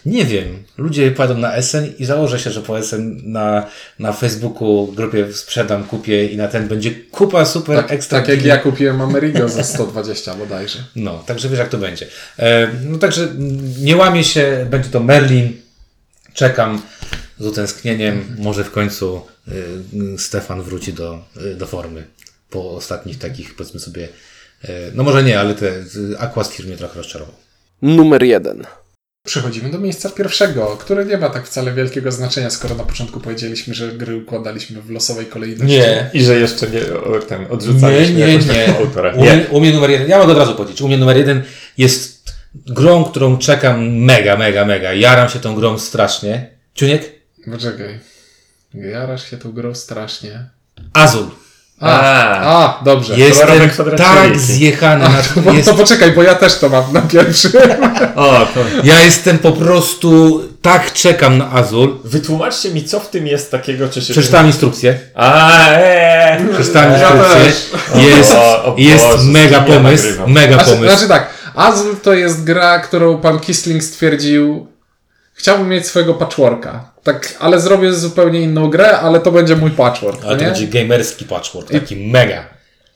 S1: Nie wiem. Ludzie pojadą na Essen i założę się, że po Essen na, na Facebooku grupie sprzedam, kupię i na ten będzie kupa super
S3: Tak,
S1: ekstra.
S3: tak jak ja kupiłem Amerigo za sto dwadzieścia bodajże.
S1: No, także wiesz jak to będzie. E, no także nie łamię się, będzie to Merlin. Czekam z utęsknieniem. Może w końcu y, Stefan wróci do, y, do formy. Po ostatnich takich, powiedzmy sobie, y, no może nie, ale te y, Aquasphere mnie trochę rozczarował.
S4: Numer jeden.
S3: Przechodzimy do miejsca pierwszego, które nie ma tak wcale wielkiego znaczenia, skoro na początku powiedzieliśmy, że gry układaliśmy w losowej kolejności.
S1: Nie.
S2: I że jeszcze nie o, ten odrzucaliśmy
S1: Nie, nie,
S2: jakoś
S1: nie.
S2: takiego autora.
S1: U mnie, u mnie numer jeden, ja mogę od razu powiedzieć, u mnie numer jeden jest grą, którą czekam mega, mega, mega. Jaram się tą grą strasznie. Ciuniek?
S3: Poczekaj. Jarasz się tą grą strasznie.
S1: Azul.
S3: A,
S2: A.
S3: a dobrze.
S1: Jestem
S2: kolorowe kwadraciki.
S1: tak zjechany na
S3: To,
S1: jest,
S3: to poczekaj, bo ja też to mam na pierwszym.
S2: O, to
S1: Ja jestem po prostu, tak czekam na Azul.
S2: wytłumaczcie mi, co w tym jest takiego, czy się...
S1: Przeczytałem instrukcję.
S2: A, eee.
S1: Przeczytałem
S3: Ja
S1: instrukcję.
S3: też.
S1: Jest,
S2: O, o
S1: jest
S2: Boże,
S1: mega
S2: z kim ja
S1: pomysł.
S2: nagrywam?
S1: Mega
S3: Znaczy,
S1: pomysł.
S3: znaczy tak, Azul to jest gra, którą pan Kissling stwierdził, chciałbym mieć swojego patchworka. Tak, ale zrobię zupełnie inną grę, ale to będzie mój patchwork.
S1: Ale to
S3: nie?
S1: będzie gamerski patchwork, taki mega.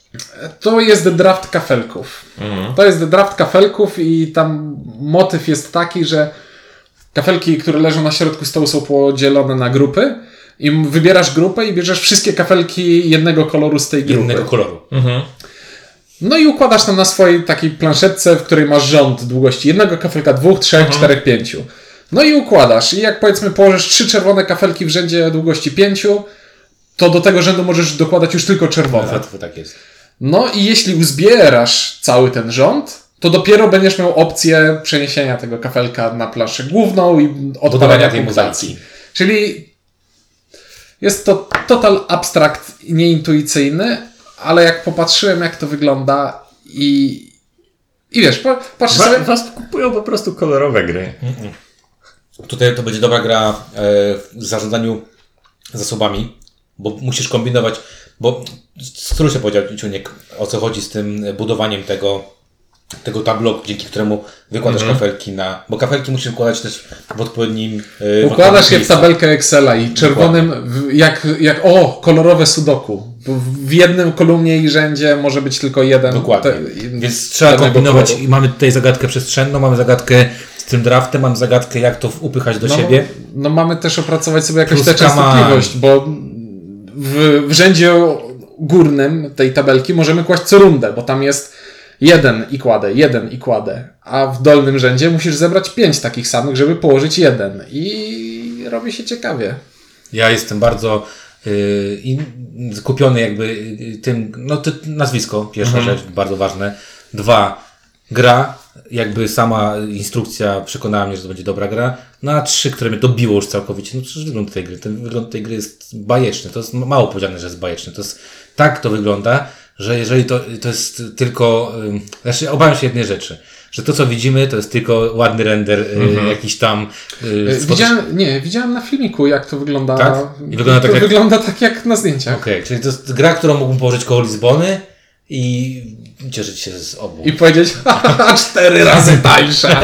S3: To jest draft kafelków.
S2: Mhm.
S3: To jest draft kafelków i tam motyw jest taki, że kafelki, które leżą na środku stołu, są podzielone na grupy i wybierasz grupę i bierzesz wszystkie kafelki jednego koloru z tej grupy.
S1: Innego koloru.
S2: Mhm.
S3: No i układasz tam na swojej takiej planszetce, w której masz rząd długości jednego kafelka, dwóch, trzech,
S2: Mhm.
S3: czterech, pięciu. No i układasz. I jak powiedzmy położysz trzy czerwone kafelki w rzędzie długości pięciu, to do tego rzędu możesz dokładać już tylko czerwone.
S1: Łatwo tak jest.
S3: No i jeśli uzbierasz cały ten rząd, to dopiero będziesz miał opcję przeniesienia tego kafelka na planszę główną i
S1: Budowania
S3: odpalania
S1: tej
S3: punktacji.
S1: mozaiki.
S3: Czyli jest to total abstrakt i nieintuicyjny, ale jak popatrzyłem, jak to wygląda i, i wiesz, po, patrz
S2: Wa-
S3: sobie...
S2: Was kupują po prostu kolorowe gry.
S1: Tutaj to będzie dobra gra e, w zarządzaniu zasobami, bo musisz kombinować, bo w skrócie powiedział Ciuniek, o co chodzi z tym budowaniem tego, tego tabloku, dzięki któremu wykładasz
S2: Mhm.
S1: kafelki na... Bo kafelki musisz układać też w odpowiednim... E,
S3: Układasz je w
S1: miejscu.
S3: tabelkę Excela i czerwonym, w, jak, jak o, kolorowe sudoku. Bo w jednym kolumnie i rzędzie może być tylko jeden.
S1: Dokładnie.
S3: te-
S1: Więc trzeba
S3: jednego
S1: kombinować
S3: koloru.
S1: i mamy tutaj zagadkę przestrzenną, mamy zagadkę z tym draftem, mamy zagadkę jak to upychać do
S3: No,
S1: siebie.
S3: no mamy też opracować sobie jakoś
S1: Plus
S3: tę
S1: kama.
S3: częstotliwość, bo w, w rzędzie górnym tej tabelki możemy kłaść co rundę, bo tam jest jeden i kładę, jeden i kładę, a w dolnym rzędzie musisz zebrać pięć takich samych, żeby położyć jeden i robi się ciekawie.
S1: Ja jestem bardzo yy, in, skupiony jakby yy, tym, no ty, nazwisko, pierwsza
S2: Mhm.
S1: rzecz, bardzo ważne. Dwa, gra, jakby sama instrukcja przekonała mnie, że to będzie dobra gra. No a trzy, które mnie dobiło już całkowicie, no przecież wygląd tej gry, ten wygląd tej gry jest bajeczny, to jest mało powiedziane, że jest bajeczny, to jest, tak to wygląda, że jeżeli to, to jest tylko, yy, znaczy obawiam się jednej rzeczy, że to co widzimy to jest tylko ładny render, yy,
S2: Mhm.
S1: jakiś tam yy,
S3: E, Widziałem, nie, widziałem na filmiku, jak to wygląda.
S1: Tak? I wygląda
S3: to
S1: tak jak-
S3: wygląda tak jak na zdjęciach.
S1: Okej, czyli to jest gra, którą mógłbym położyć koło Lizbony i cieszyć się z obu.
S3: I powiedzieć, haha, cztery razy tańsza.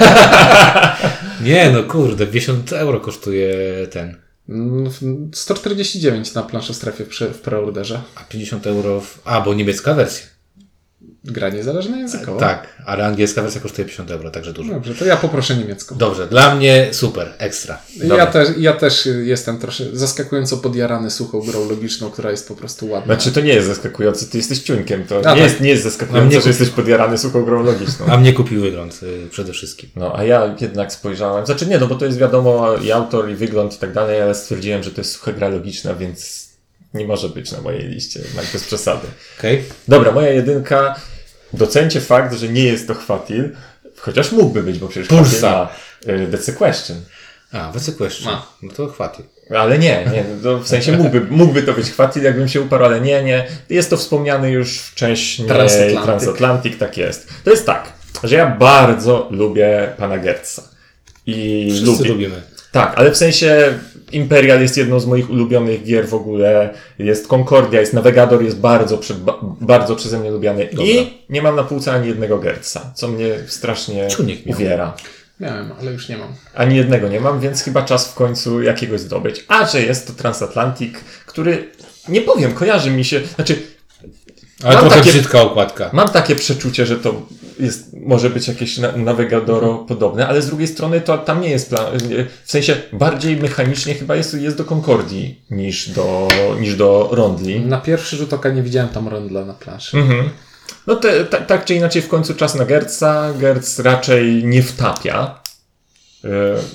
S1: Nie no kurde, pięćdziesiąt euro kosztuje ten,
S3: Mm, sto czterdzieści dziewięć na planszy strefie przy, w preorderze.
S1: a pięćdziesiąt euro w... A, bo niemiecka wersja.
S3: Gra niezależna językowo.
S1: Tak, ale angielska wersja kosztuje pięćdziesiąt euro, także dużo.
S3: Dobrze, to ja poproszę niemiecką.
S1: Dobrze, dla mnie super, ekstra. Dobra.
S3: Ja też, ja też jestem troszkę zaskakująco podjarany suchą grą logiczną, która jest po prostu ładna.
S2: Znaczy to nie jest zaskakujące, ty jesteś ciunkiem, to
S3: A,
S2: nie,
S3: tak.
S2: jest, nie jest
S1: A
S2: zaskakujące,
S1: mnie
S2: że
S1: kupi-
S2: jesteś podjarany suchą grą logiczną.
S1: A mnie kupił wygląd y, przede wszystkim.
S2: No, a ja jednak spojrzałem, znaczy nie, no bo to jest wiadomo i autor, i wygląd i tak dalej, ale stwierdziłem, że to jest sucha gra logiczna, więc nie może być na mojej liście, jednak bez przesady.
S1: Okej?
S2: Dobra, moja jedynka, docencie fakt, że nie jest to Chwatil, chociaż mógłby być, bo przecież Chwatil
S1: Pulsar.
S2: ma y, That's a Question.
S1: A, Wecy Question.
S3: A.
S1: No to chwaty.
S2: Ale nie, nie, to w sensie mógłby, mógłby to być Chwatil, jakbym się uparł, ale nie, nie. Jest to wspomniany już wcześniej
S3: Transatlantic.
S2: Transatlantic, tak jest. To jest tak, że ja bardzo lubię pana Gertza. I
S1: Wszyscy
S2: lubię.
S1: lubimy.
S2: Tak, ale w sensie Imperial jest jedną z moich ulubionych gier w ogóle. Jest Concordia, jest Navigator, jest bardzo, prze, ba, bardzo przeze mnie lubiany.
S1: Dobra.
S2: I nie mam na półce ani jednego Gertza, co mnie strasznie
S1: Ciuniek miał.
S2: uwiera.
S3: Miałem, ale już nie mam.
S2: Ani jednego nie mam, więc chyba czas w końcu jakiegoś zdobyć. A że jest to Transatlantic, który, nie powiem, kojarzy mi się, znaczy...
S1: Ale
S2: mam
S1: trochę
S2: takie,
S1: brzydka okładka.
S2: Mam takie przeczucie, że to jest, może być jakieś na, Navigadoro podobne, ale z drugiej strony to tam nie jest plan, w sensie bardziej mechanicznie chyba jest, jest do Concordii niż do, niż do Rondli.
S3: Na pierwszy rzut oka nie widziałem tam rondla na planszy.
S2: Mhm. No te, ta, tak czy inaczej w końcu czas na Gertza. Gertz raczej nie wtapia. Yy,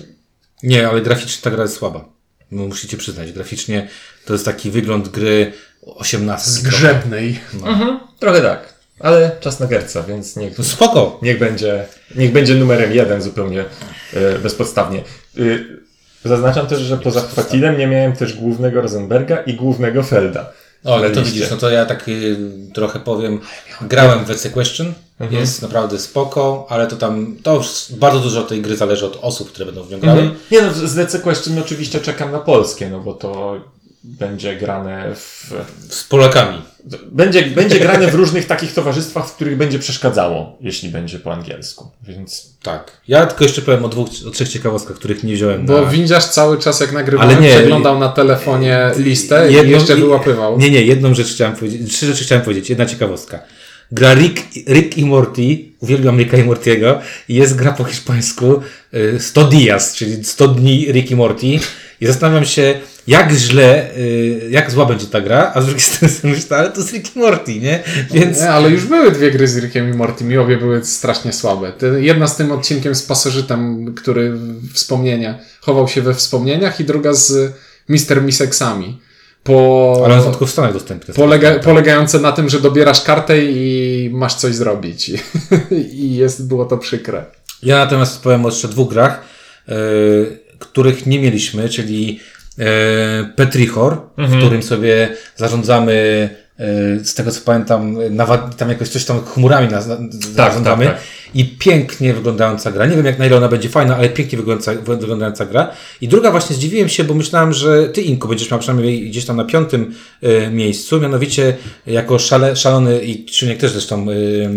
S1: Nie, ale graficznie ta gra jest słaba. No, musicie przyznać, graficznie to jest taki wygląd gry osiemnastki.
S3: Zgrzebnej.
S2: mhm, trochę tak. Ale czas na Gertza, więc niech,
S1: No spoko.
S2: niech, będzie, niech będzie numerem jeden zupełnie yy, bezpodstawnie. Yy, zaznaczam też, że poza Chwatilem nie miałem też głównego Rosenberga i głównego Felda.
S1: O, ale
S2: na
S1: to
S2: liście.
S1: widzisz, no to ja tak y, trochę powiem, grałem w The Question,
S2: Mhm.
S1: jest naprawdę spoko, ale to tam, to już bardzo dużo tej gry zależy od osób, które będą w nią grały.
S2: Mhm. Nie no, z The C Question oczywiście czekam na polskie, no bo to będzie grane w...
S1: Z Polakami.
S2: Będzie, będzie grane w różnych takich towarzystwach, w których będzie przeszkadzało, jeśli będzie po angielsku, więc...
S1: Tak. Ja tylko jeszcze powiem o dwóch, o trzech ciekawostkach, których nie wziąłem
S3: Bo
S1: na...
S3: windziarz cały czas jak nagrywałem,
S1: Ale nie,
S3: przeglądał na telefonie listę
S1: Jedną-
S3: i jeszcze
S1: i-
S3: wyłapywał.
S1: Nie, nie, jedną rzecz chciałem powiedzieć, trzy rzeczy chciałem powiedzieć, jedna ciekawostka. Gra Rick, Rick i Morty, uwielbiam Ricka i Mortiego, i jest gra po hiszpańsku y, sto Dias, czyli sto dni Rick i Morty. I zastanawiam się, jak źle, y, jak zła będzie ta gra, a z drugiej strony sobie myślę, ale to jest Rick i Morty, nie? Więc
S3: Nie, ale już były dwie gry z Rickiem i Mortym i obie były strasznie słabe. Te- Jedna z tym odcinkiem z pasożytem, który wspomnienia, chował się we wspomnieniach, i druga z mister Misexami. Po...
S1: ale one są tylko w Stanach dostępne.
S3: Polega, polegające na tym, że dobierasz kartę i masz coś zrobić. I jest, było to przykre.
S1: Ja natomiast powiem o jeszcze dwóch grach, y, których nie mieliśmy, czyli y, Petrichor, w którym sobie zarządzamy, y, z tego co pamiętam, nawad- tam jakoś coś tam chmurami nas, na, zarządzamy.
S2: tak, tak.
S1: I pięknie wyglądająca gra. Nie wiem jak na ile ona będzie fajna, ale pięknie wyglądająca, wyglądająca gra. I druga właśnie zdziwiłem się, bo myślałem, że ty, Inko, będziesz miał przynajmniej gdzieś tam na piątym y, miejscu, mianowicie jako szale, szalony i Krzyniek też zresztą y,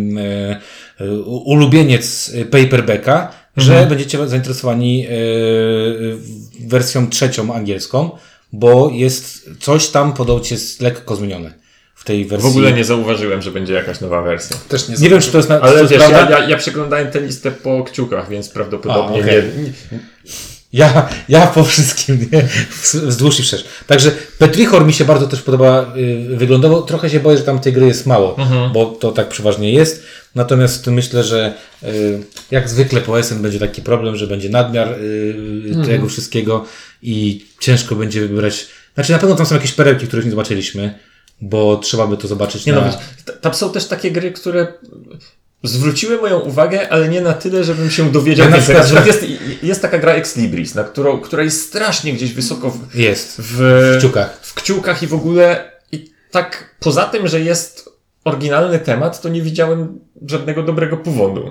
S1: y, y, ulubieniec paperbacka, że będziecie zainteresowani y, wersją trzecią angielską, bo jest coś tam podobnie jest lekko zmienione w tej wersji.
S2: W ogóle nie zauważyłem, że będzie jakaś nowa wersja.
S3: Też nie
S1: Nie wiem, czy to jest, na, czy to
S2: Ale
S1: jest
S2: wiesz,
S1: prawda.
S2: ja, ja, ja przeglądałem tę listę po kciukach, więc prawdopodobnie
S1: A, okej.
S2: nie, nie...
S1: Ja, ja po wszystkim, nie? Wzdłuż i wszerz. Także Petrichor mi się bardzo też podoba yy, wyglądowo. Trochę się boję, że tam tej gry jest mało,
S2: Mhm.
S1: bo to tak przeważnie jest. Natomiast myślę, że yy, jak zwykle po S N będzie taki problem, że będzie nadmiar yy, tego wszystkiego i ciężko będzie wybrać. Znaczy na pewno tam są jakieś perełki, których nie zobaczyliśmy, bo trzeba by to zobaczyć
S2: Nie
S1: na...
S2: no, t- tam są też takie gry, które zwróciły moją uwagę, ale nie na tyle, żebym się dowiedział.
S1: Ja na
S2: więcej.
S1: przykład-
S2: Jest, jest taka gra Ex Libris, na którą, która jest strasznie gdzieś wysoko w,
S1: Jest.
S2: w,
S1: W kciukach.
S2: w kciukach i w ogóle i tak poza tym, że jest oryginalny temat, to nie widziałem żadnego dobrego powodu.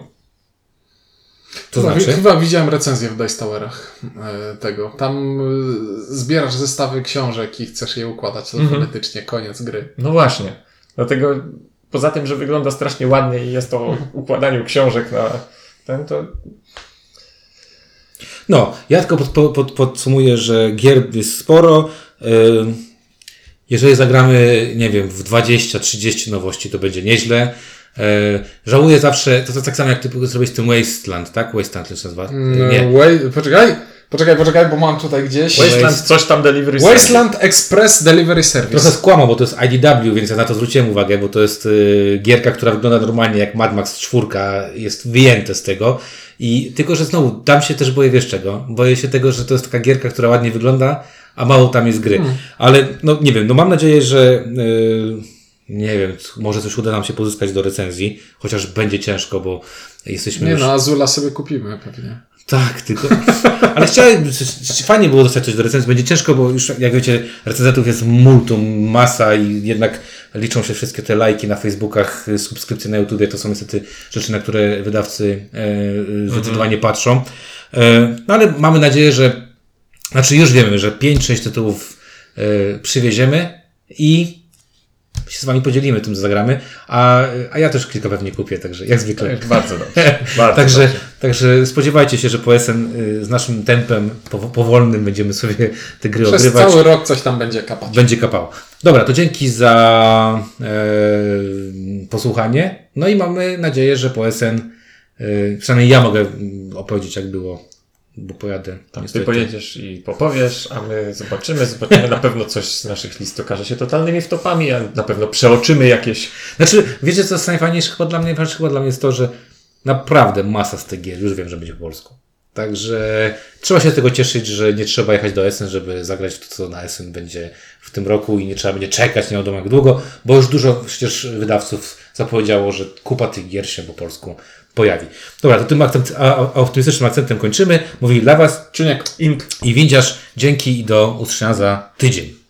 S1: To
S3: chyba,
S1: znaczy?
S3: chyba widziałem recenzję w Dice Towerach e, tego. Tam e, zbierasz zestawy książek i chcesz je układać alfabetycznie. Koniec gry.
S2: No właśnie. Dlatego poza tym, że wygląda strasznie ładnie i jest to o układaniu książek na ten, to
S1: No, ja tylko pod, pod, pod, podsumuję, że gier jest sporo. Ym, Jeżeli zagramy, nie wiem, w dwadzieścia trzydzieści nowości, to będzie nieźle. Yy, Żałuję zawsze, to, to tak samo jak ty zrobiłeś z tym Wasteland, tak? Wasteland to się nazywa? Nie.
S3: Mm, Wait, poczekaj, poczekaj, poczekaj, bo mam tutaj gdzieś.
S2: Wasteland coś tam Delivery
S3: Wasteland Express Delivery Service.
S1: Trochę skłamał, bo to jest I D W, więc ja na to zwróciłem uwagę, bo to jest y, gierka, która wygląda normalnie jak Mad Max cztery, jest wyjęte z tego. I tylko, że znowu, tam się też boję, wiesz czego? Boję się tego, że to jest taka gierka, która ładnie wygląda, a mało tam jest gry. Hmm. Ale, no nie wiem, no mam nadzieję, że y, nie wiem, może coś uda nam się pozyskać do recenzji, chociaż będzie ciężko, bo jesteśmy
S3: Nie
S1: już...
S3: no, Azula sobie kupimy pewnie.
S1: Tak, tylko... Ale chciałem, fajnie było dostać coś do recenzji. Będzie ciężko, bo już, jak wiecie, recenzentów jest multum, masa i jednak liczą się wszystkie te lajki na Facebookach, subskrypcje na YouTubie. To są niestety rzeczy, na które wydawcy e, zdecydowanie mhm. patrzą. E, no ale mamy nadzieję, że... Znaczy już wiemy, że pięć sześć tytułów e, przywieziemy i się z wami podzielimy tym, co zagramy, a, a ja też kilka pewnie kupię, także jak
S2: To
S1: zwykle.
S2: jest bardzo dobrze. Bardzo
S1: Także,
S2: dobrze.
S1: także spodziewajcie się, że po S N y, z naszym tempem pow- powolnym będziemy sobie te gry
S3: Przez
S1: ogrywać.
S3: cały rok coś tam będzie kapać.
S1: Będzie kapało. Dobra, to dzięki za e, posłuchanie. No i mamy nadzieję, że po S N, e, przynajmniej ja mogę mm, opowiedzieć, jak było, bo pojadę.
S2: Tak, ty
S1: niestety.
S2: pojedziesz i popowiesz, a my zobaczymy, zobaczymy na pewno coś z naszych list okaże się totalnymi wtopami, a na pewno przeoczymy jakieś.
S1: Znaczy, wiecie co jest najfajniejsze chyba dla mnie? Najfajniejsze chyba dla mnie jest to, że naprawdę masa z tych gier, już wiem, że będzie po polsku. Także trzeba się z tego cieszyć, że nie trzeba jechać do Essen, żeby zagrać w to, co na Essen będzie w tym roku i nie trzeba będzie czekać nie wiadomo jak długo, bo już dużo przecież wydawców zapowiedziało, że kupa tych gier się po polsku pojawi. Dobra, to tym akcent, a, a optymistycznym akcentem kończymy. Mówili dla Was
S3: Czuniek.
S2: Imp.
S1: i Windziarz. Dzięki i do usłyszenia za tydzień.